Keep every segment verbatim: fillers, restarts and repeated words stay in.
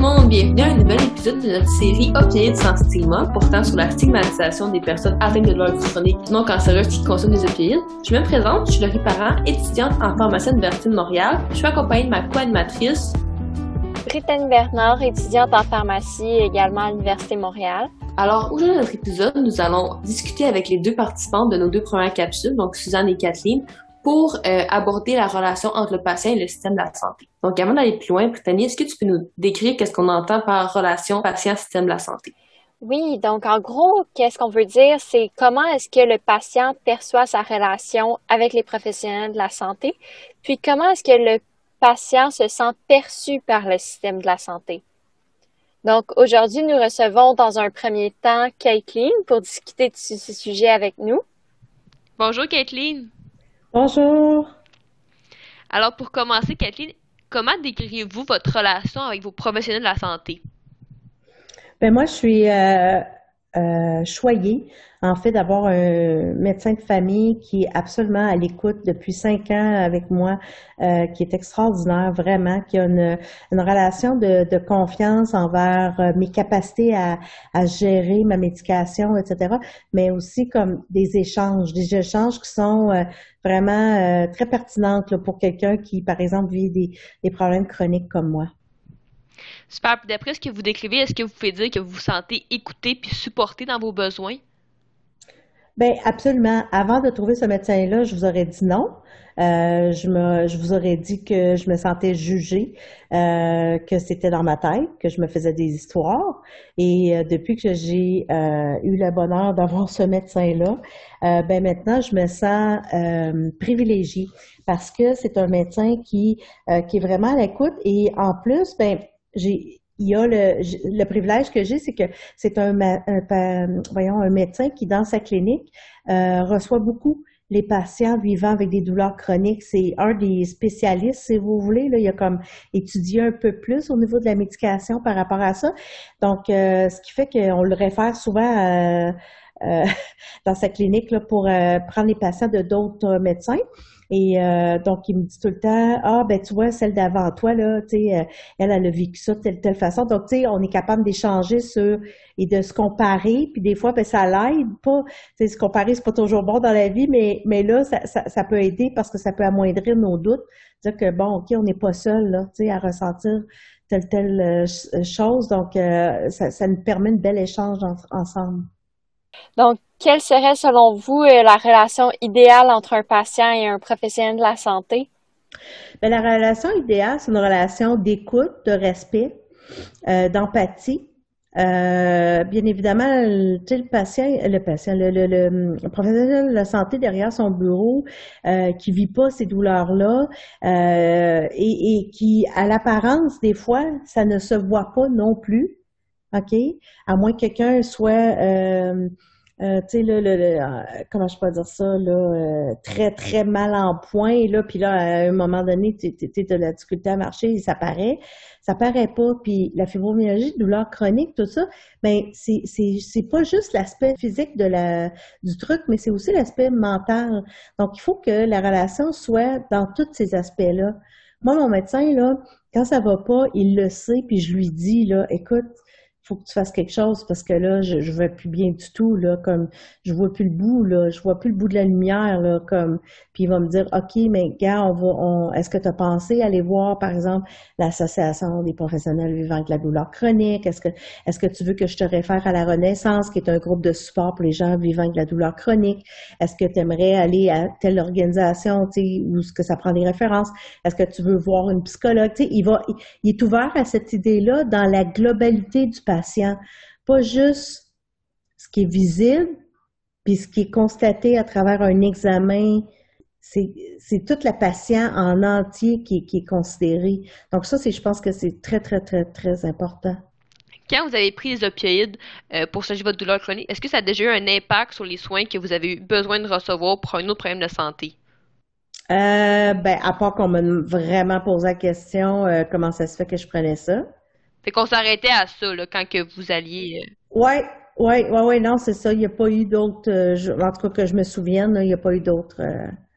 monde, bienvenue à un nouvel épisode de notre série Opioïdes sans stigma, portant sur la stigmatisation des personnes atteintes de douleurs chroniques non cancéreuses qui consomment des opioïdes. Je me présente, je suis Laurie Parent, étudiante en pharmacie à l'Université de Montréal. Je suis accompagnée de ma co-animatrice, Brittany Bernard, étudiante en pharmacie également à l'Université de Montréal. Alors, aujourd'hui dans notre épisode, nous allons discuter avec les deux participantes de nos deux premières capsules, donc Suzanne et Kathleen, pour euh, aborder la relation entre le patient et le système de la santé. Donc, avant d'aller plus loin, Brittany, est-ce que tu peux nous décrire qu'est-ce qu'on entend par relation patient-système de la santé? Oui, donc en gros, qu'est-ce qu'on veut dire, c'est comment est-ce que le patient perçoit sa relation avec les professionnels de la santé, puis comment est-ce que le patient se sent perçu par le système de la santé. Donc, aujourd'hui, nous recevons dans un premier temps Kathleen pour discuter de ce sujet avec nous. Bonjour Kathleen. Bonjour. Alors, pour commencer, Kathleen, comment décrivez-vous votre relation avec vos professionnels de la santé? Ben moi, je suis euh, euh, choyée, en fait, d'avoir un médecin de famille qui est absolument à l'écoute depuis cinq ans avec moi, euh, qui est extraordinaire, vraiment, qui a une, une relation de, de confiance envers euh, mes capacités à, à gérer ma médication, et cetera, mais aussi comme des échanges, des échanges qui sont euh, vraiment euh, très pertinentes là, pour quelqu'un qui, par exemple, vit des, des problèmes chroniques comme moi. Super. Puis d'après ce que vous décrivez, est-ce que vous pouvez dire que vous vous sentez écouté puis supporté dans vos besoins? Ben absolument. Avant de trouver ce médecin-là, je vous aurais dit non. Euh, je me, je vous aurais dit que je me sentais jugée, euh, que c'était dans ma tête, que je me faisais des histoires. Et euh, depuis que j'ai euh, eu le bonheur d'avoir ce médecin-là, euh, ben maintenant je me sens euh, privilégiée parce que c'est un médecin qui, euh, qui est vraiment à l'écoute. Et en plus, ben j'ai il y a le, le privilège que j'ai, c'est que c'est un, un, un, voyons, un médecin qui, dans sa clinique, euh, reçoit beaucoup les patients vivant avec des douleurs chroniques. C'est un des spécialistes, si vous voulez. Là, il a comme étudié un peu plus au niveau de la médication par rapport à ça. Donc, euh, ce qui fait qu'on le réfère souvent à, euh, dans sa clinique là, pour euh, prendre les patients de d'autres médecins. Et euh, donc, il me dit tout le temps, ah, ben tu vois, celle d'avant toi, là, tu sais, elle, elle a vécu ça de telle, telle façon. Donc, tu sais, on est capable d'échanger sur et de se comparer. Puis des fois, ben ça l'aide pas. Tu sais, se comparer, c'est pas toujours bon dans la vie, mais mais là, ça, ça, ça peut aider parce que ça peut amoindrir nos doutes. Dire que, bon, OK, on n'est pas seul, là, tu sais, à ressentir telle, telle euh, chose. Donc, euh, ça, ça nous permet une belle échange en, ensemble. Donc, quelle serait selon vous la relation idéale entre un patient et un professionnel de la santé? Bien, la relation idéale, c'est une relation d'écoute, de respect, euh, d'empathie. Euh, bien évidemment, le, tu sais, le patient, le patient, le, le, le professionnel de la santé derrière son bureau, euh, qui vit pas ces douleurs-là, euh, et, et qui, à l'apparence, des fois, ça ne se voit pas non plus, ok, à moins que quelqu'un soit euh, Euh, tu sais, là, le, le, euh, comment je peux dire ça, là, euh, très, très mal en point, là, puis là, à un moment donné, tu as de la difficulté à marcher, ça paraît, ça paraît pas, puis la fibromyalgie, douleur chronique, tout ça, ben c'est, c'est, c'est pas juste l'aspect physique de la, du truc, mais c'est aussi l'aspect mental. Donc, il faut que la relation soit dans tous ces aspects-là. Moi, mon médecin, là, quand ça va pas, il le sait, puis je lui dis, là, écoute, faut que tu fasses quelque chose parce que là, je, je vais plus bien du tout, là, comme, je vois plus le bout, là, je vois plus le bout de la lumière, là, comme, puis il va me dire, OK, mais gars, on va, on, est-ce que tu as pensé aller voir, par exemple, l'Association des professionnels vivant avec la douleur chronique? Est-ce que, est-ce que tu veux que je te réfère à la Renaissance, qui est un groupe de support pour les gens vivant avec la douleur chronique? Est-ce que tu aimerais aller à telle organisation, tu sais, où est-ce que ça prend des références? Est-ce que tu veux voir une psychologue? Tu sais, il va, il, il est ouvert à cette idée-là dans la globalité du patient. Patient, pas juste ce qui est visible, puis ce qui est constaté à travers un examen, c'est, c'est toute la patient en entier qui, qui est considérée. Donc ça, c'est, je pense que c'est très, très, très, très important. Quand vous avez pris les opioïdes euh, pour soulager votre douleur chronique, est-ce que ça a déjà eu un impact sur les soins que vous avez eu besoin de recevoir pour un autre problème de santé? Euh, ben, à part qu'on m'a vraiment posé la question, euh, comment ça se fait que je prenais ça? Fait qu'on s'arrêtait à ça, là, quand que vous alliez... Euh... Ouais, ouais, ouais, ouais, non, c'est ça. Il n'y a pas eu d'autres, euh, je, en tout cas que je me souvienne, là, il n'y a pas eu d'autres, euh,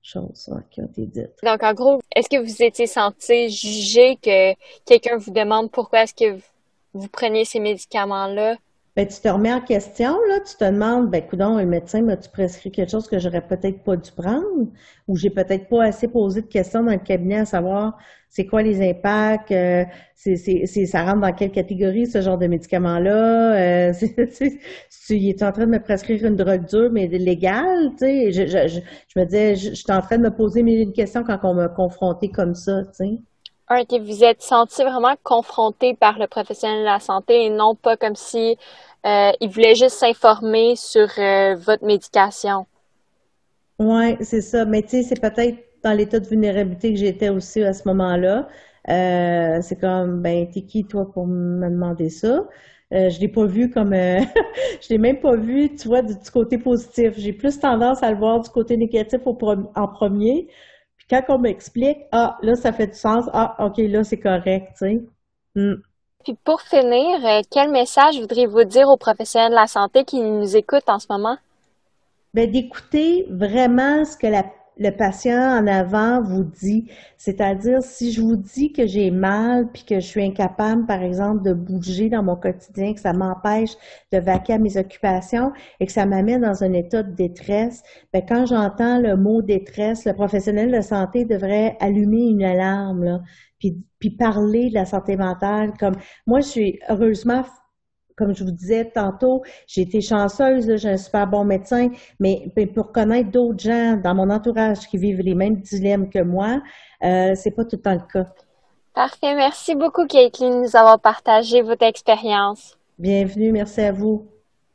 choses hein, qui ont été dites. Donc, en gros, est-ce que vous étiez senti jugé que quelqu'un vous demande pourquoi est-ce que vous preniez ces médicaments-là? Ben, tu te remets en question, là, tu te demandes, ben, coudonc, le médecin m'a-tu prescrit quelque chose que j'aurais peut-être pas dû prendre, ou j'ai peut-être pas assez posé de questions dans le cabinet à savoir c'est quoi les impacts, euh, c'est, c'est, c'est, ça rentre dans quelle catégorie ce genre de médicament-là, euh, c'est, c'est, c'est, il est en train de me prescrire une drogue dure mais légale, tu sais, je, je, je, je me disais, je, je suis en train de me poser mille et une questions quand on m'a confronté comme ça, tu sais. Un, que vous êtes senti vraiment confronté par le professionnel de la santé et non pas comme si euh, il voulait juste s'informer sur euh, votre médication. Ouais, c'est ça. Mais tu sais, c'est peut-être dans l'état de vulnérabilité que j'étais aussi à ce moment-là. Euh, c'est comme, ben, t'es qui toi pour me demander ça? Euh, je l'ai pas vu comme, euh, je l'ai même pas vu, tu vois, du, du côté positif. J'ai plus tendance à le voir du côté négatif au pre- en premier. Puis quand on m'explique, ah, là, ça fait du sens. Ah, ok, là, c'est correct, tu sais. Mm. Puis pour finir, euh, quel message voudriez-vous dire aux professionnels de la santé qui nous écoutent en ce moment? Ben, d'écouter vraiment ce que la, le patient en avant vous dit. C'est-à-dire, si je vous dis que j'ai mal puis que je suis incapable, par exemple, de bouger dans mon quotidien, que ça m'empêche de vaquer à mes occupations et que ça m'amène dans un état de détresse, ben, quand j'entends le mot détresse, le professionnel de santé devrait allumer une alarme, là, puis, puis parler de la santé mentale. Comme moi, je suis heureusement comme je vous disais tantôt, j'ai été chanceuse, là, j'ai un super bon médecin, mais pour connaître d'autres gens dans mon entourage qui vivent les mêmes dilemmes que moi, euh, c'est pas tout le temps le cas. Parfait. Merci beaucoup, Caitlin, de nous avoir partagé votre expérience. Bienvenue, merci à vous.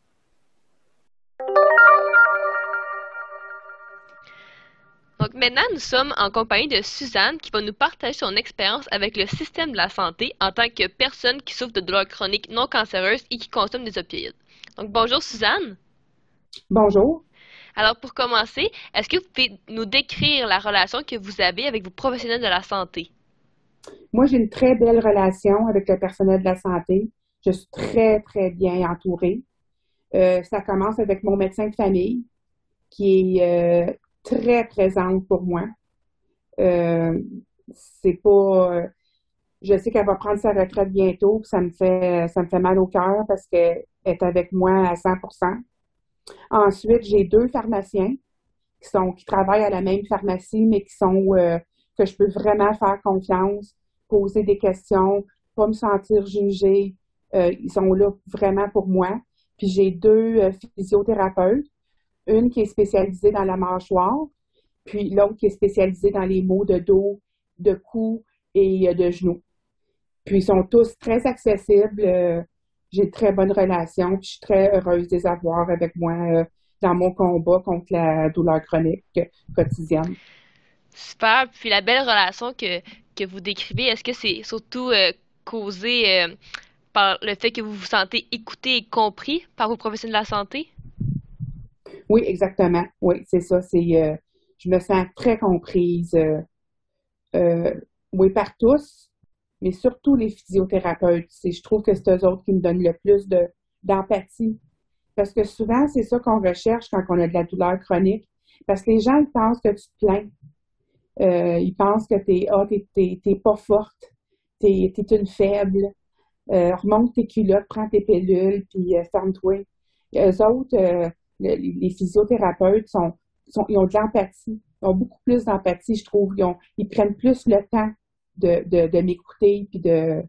Donc maintenant, nous sommes en compagnie de Suzanne qui va nous partager son expérience avec le système de la santé en tant que personne qui souffre de douleurs chroniques non cancéreuses et qui consomme des opioïdes. Donc bonjour Suzanne. Bonjour. Alors pour commencer, est-ce que vous pouvez nous décrire la relation que vous avez avec vos professionnels de la santé? Moi, j'ai une très belle relation avec le personnel de la santé. Je suis très, très bien entourée. Euh, ça commence avec mon médecin de famille qui est euh, très présente pour moi. Euh, c'est pas, euh, je sais qu'elle va prendre sa retraite bientôt, puis ça me fait, ça me fait mal au cœur parce qu'elle est avec moi à cent pour cent. Ensuite, j'ai deux pharmaciens qui sont, qui travaillent à la même pharmacie, mais qui sont, euh, que je peux vraiment faire confiance, poser des questions, pas me sentir jugée. Euh, ils sont là vraiment pour moi. Puis j'ai deux euh, physiothérapeutes, une qui est spécialisée dans la mâchoire, puis l'autre qui est spécialisée dans les maux de dos, de cou et euh, de genoux. Puis ils sont tous très accessibles. Euh, j'ai de très bonnes relations, puis je suis très heureuse de les avoir avec moi euh, dans mon combat contre la douleur chronique euh, quotidienne. Super. Puis la belle relation que, que vous décrivez, est-ce que c'est surtout euh, causé euh, par le fait que vous vous sentez écouté et compris par vos professionnels de la santé? Oui, exactement. Oui, c'est ça. C'est, euh, je me sens très comprise. Euh, euh, oui, par tous, mais surtout les physiothérapeutes. C'est, je trouve que c'est eux autres qui me donnent le plus de, d'empathie. Parce que souvent, c'est ça qu'on recherche quand on a de la douleur chronique. Parce que les gens, ils pensent que tu te plains. Euh, ils pensent que t'es, ah, t'es, t'es, t'es pas forte, t'es, t'es une faible. Euh, remonte tes culottes, prends tes pilules, puis euh, ferme-toi. Eux autres, euh, le- les physiothérapeutes sont, sont, ils ont de l'empathie. Ils ont beaucoup plus d'empathie, je trouve. Ils, ont, ils prennent plus le temps de, de, de m'écouter, puis de,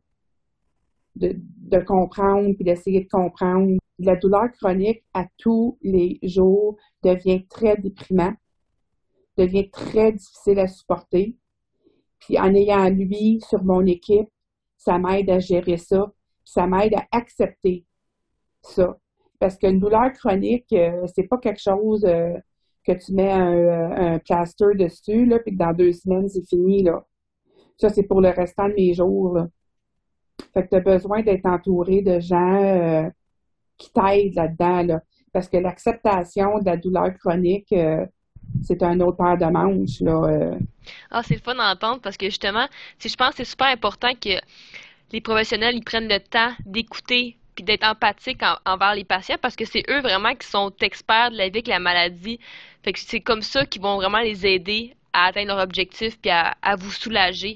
de, de comprendre, puis d'essayer de comprendre. La douleur chronique, à tous les jours, devient très déprimant, devient très difficile à supporter. Puis en ayant lui sur mon équipe, ça m'aide à gérer ça, puis ça m'aide à accepter ça. Parce qu'une douleur chronique, euh, c'est pas quelque chose euh, que tu mets un, un plaster dessus, là, puis que dans deux semaines, c'est fini, là. Ça, c'est pour le restant de mes jours, là. Fait que tu as besoin d'être entouré de gens euh, qui t'aident là-dedans, là. Parce que l'acceptation de la douleur chronique, euh, c'est un autre paire de manches, là. euh. Ah, c'est le fun d'entendre parce que justement, si je pense que c'est super important que les professionnels ils prennent le temps d'écouter puis d'être empathiques en- envers les patients parce que c'est eux vraiment qui sont experts de la vie avec la maladie. Fait que c'est comme ça qu'ils vont vraiment les aider à atteindre leur objectif puis à, à vous soulager?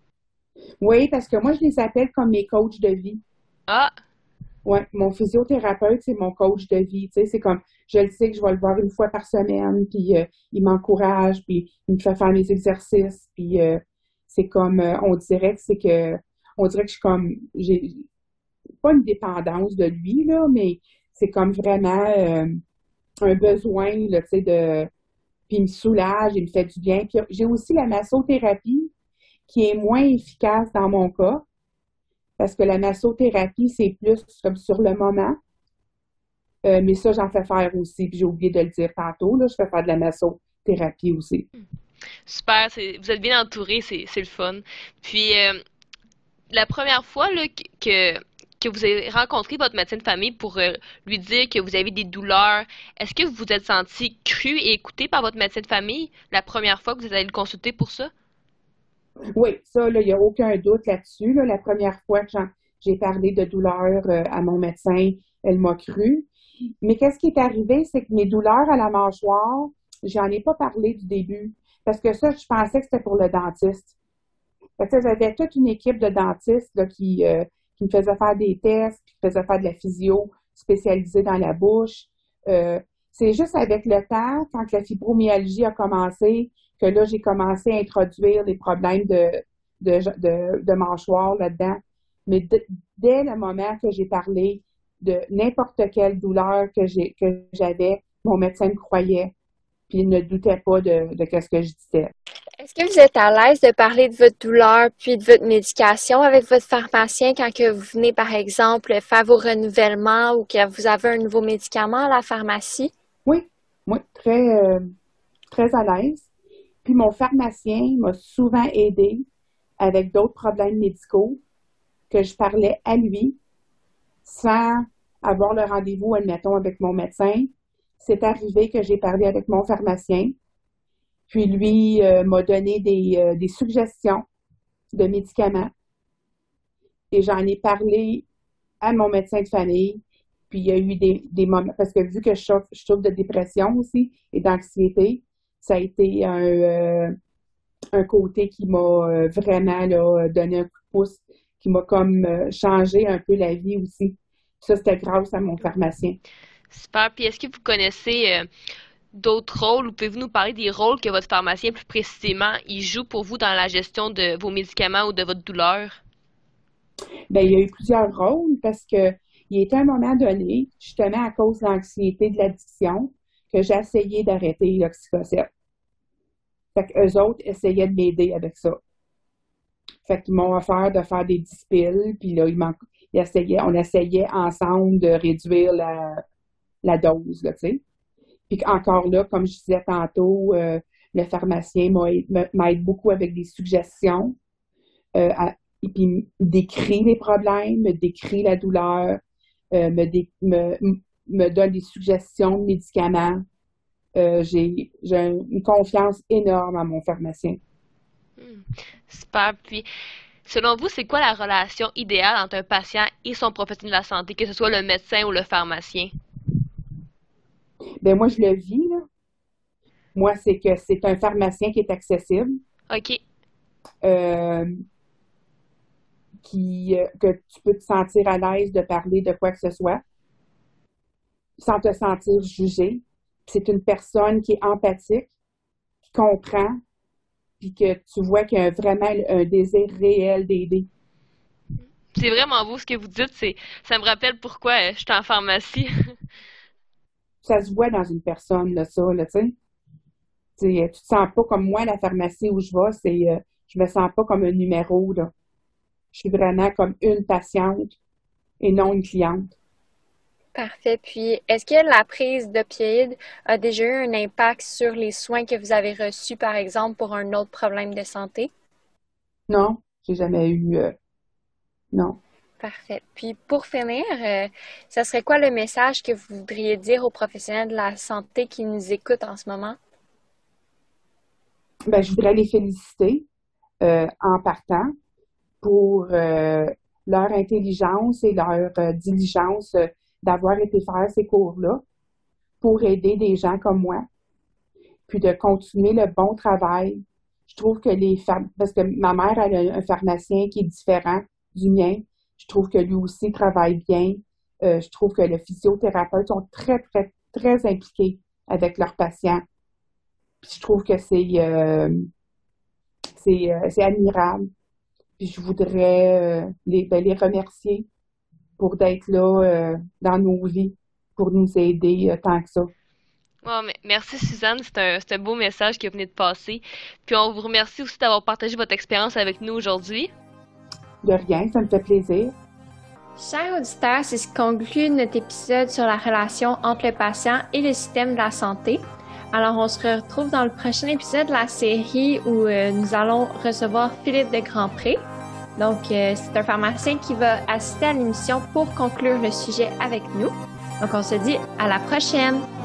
Oui, parce que moi, je les appelle comme mes coachs de vie. Ah, Ouais, mon physiothérapeute, c'est mon coach de vie. Tu sais, c'est comme, je le sais que je vais le voir une fois par semaine, puis euh, il m'encourage, puis il me fait faire mes exercices, puis euh, c'est comme, euh, on dirait que c'est que, on dirait que je suis comme, j'ai pas une dépendance de lui, là, mais c'est comme vraiment euh, un besoin, là, tu sais, de, puis il me soulage, il me fait du bien. Puis j'ai aussi la massothérapie qui est moins efficace dans mon cas, parce que la massothérapie, c'est plus comme sur le moment. Euh, mais ça, j'en fais faire aussi, puis j'ai oublié de le dire tantôt, là, je fais faire de la massothérapie aussi. super, c'est, vous êtes bien entouré, c'est, c'est le fun. Puis, euh, la première fois là, que, que vous avez rencontré votre médecin de famille pour euh, lui dire que vous avez des douleurs, est-ce que vous vous êtes senti cru et écouté par votre médecin de famille la première fois que vous êtes allé le consulter pour ça? Oui, ça, là, il n'y a aucun doute là-dessus. Là. La première fois que j'en- j'ai parlé de douleur euh, à mon médecin, elle m'a cru. Mais qu'est-ce qui est arrivé, c'est que mes douleurs à la mâchoire, j'en ai pas parlé du début. Parce que ça, je pensais que c'était pour le dentiste. Fait que, j'avais toute une équipe de dentistes là, qui, euh, qui me faisaient faire des tests, qui me faisaient faire de la physio spécialisée dans la bouche. Euh, c'est juste avec le temps, quand la fibromyalgie a commencé, que là, j'ai commencé à introduire les problèmes de, de, de, de mâchoire là-dedans. Mais d- dès le moment que j'ai parlé de n'importe quelle douleur que j'ai que j'avais, mon médecin me croyait, puis il ne doutait pas de, de ce que je disais. Est-ce que vous êtes à l'aise de parler de votre douleur puis de votre médication avec votre pharmacien quand que vous venez, par exemple, faire vos renouvellements ou que vous avez un nouveau médicament à la pharmacie? Oui, oui, très, euh, très à l'aise. Puis mon pharmacien m'a souvent aidé avec d'autres problèmes médicaux que je parlais à lui sans avoir le rendez-vous, admettons, avec mon médecin. C'est arrivé que j'ai parlé avec mon pharmacien, puis lui euh, m'a donné des, euh, des suggestions de médicaments et j'en ai parlé à mon médecin de famille. Puis il y a eu des, des moments, parce que vu que je souffre, je souffre de dépression aussi et d'anxiété, ça a été un, euh, un côté qui m'a euh, vraiment là, donné un coup de pouce, qui m'a comme euh, changé un peu la vie aussi. Ça, c'était grâce à mon pharmacien. Super. Puis est-ce que vous connaissez euh, d'autres rôles ou pouvez-vous nous parler des rôles que votre pharmacien plus précisément il joue pour vous dans la gestion de vos médicaments ou de votre douleur? Ben, il y a eu plusieurs rôles parce que il était un moment donné, justement à cause de l'anxiété de l'addiction, que j'ai essayé d'arrêter l'oxycodone. Fait qu'eux autres essayaient de m'aider avec ça. Fait qu'ils m'ont offert de faire des dispils, puis là, ils, ils essayaient, on essayait ensemble de réduire la, la dose, là, tu sais. Puis encore là, comme je disais tantôt, euh, le pharmacien m'aide beaucoup avec des suggestions. Euh, à, et puis me décrit les problèmes, me décrit la douleur, euh, me, dé, me, me donne des suggestions de médicaments. Euh, j'ai, j'ai une confiance énorme à mon pharmacien. Hmm. Super. Puis, selon vous, c'est quoi la relation idéale entre un patient et son professionnel de la santé, que ce soit le médecin ou le pharmacien? Ben moi, je le vis, là. Moi, c'est que c'est un pharmacien qui est accessible. OK. Euh, qui, euh, que tu peux te sentir à l'aise de parler de quoi que ce soit sans te sentir jugé. C'est une personne qui est empathique, qui comprend, puis que tu vois qu'il y a vraiment un désir réel d'aider. C'est vraiment beau ce que vous dites. C'est, ça me rappelle pourquoi euh, je suis en pharmacie. Ça se voit dans une personne, là, ça, là, tu sais. Tu sais, tu te sens pas comme moi, la pharmacie où je vais, c'est, euh, je me sens pas comme un numéro, là. Je suis vraiment comme une patiente et non une cliente. Parfait. Puis, est-ce que la prise d'opioïdes a déjà eu un impact sur les soins que vous avez reçus, par exemple, pour un autre problème de santé? Non, j'ai jamais eu, euh, non. Parfait. Puis, pour finir, euh, ça serait quoi le message que vous voudriez dire aux professionnels de la santé qui nous écoutent en ce moment? Ben, je voudrais les féliciter euh, en partant pour euh, leur intelligence et leur euh, diligence euh, d'avoir été faire ces cours-là pour aider des gens comme moi puis de continuer le bon travail. Je trouve que les pharm- parce que ma mère, elle a un pharmacien qui est différent du mien. Je trouve que lui aussi travaille bien. Euh, je trouve que les physiothérapeutes sont très, très, très impliqués avec leurs patients. Puis je trouve que c'est euh, c'est, euh, c'est admirable. Puis je voudrais euh, les, ben, les remercier pour d'être là euh, dans nos vies, pour nous aider euh, tant que ça. Wow, mais merci Suzanne, c'est un, c'est un beau message qui venait de passer. Puis on vous remercie aussi d'avoir partagé votre expérience avec nous aujourd'hui. De rien, ça me fait plaisir. Chers auditeurs, c'est ce qui conclut notre épisode sur la relation entre le patient et le système de la santé. Alors, on se retrouve dans le prochain épisode de la série où euh, nous allons recevoir Philippe de Grandpré. Donc, euh, c'est un pharmacien qui va assister à l'émission pour conclure le sujet avec nous. Donc, on se dit à la prochaine!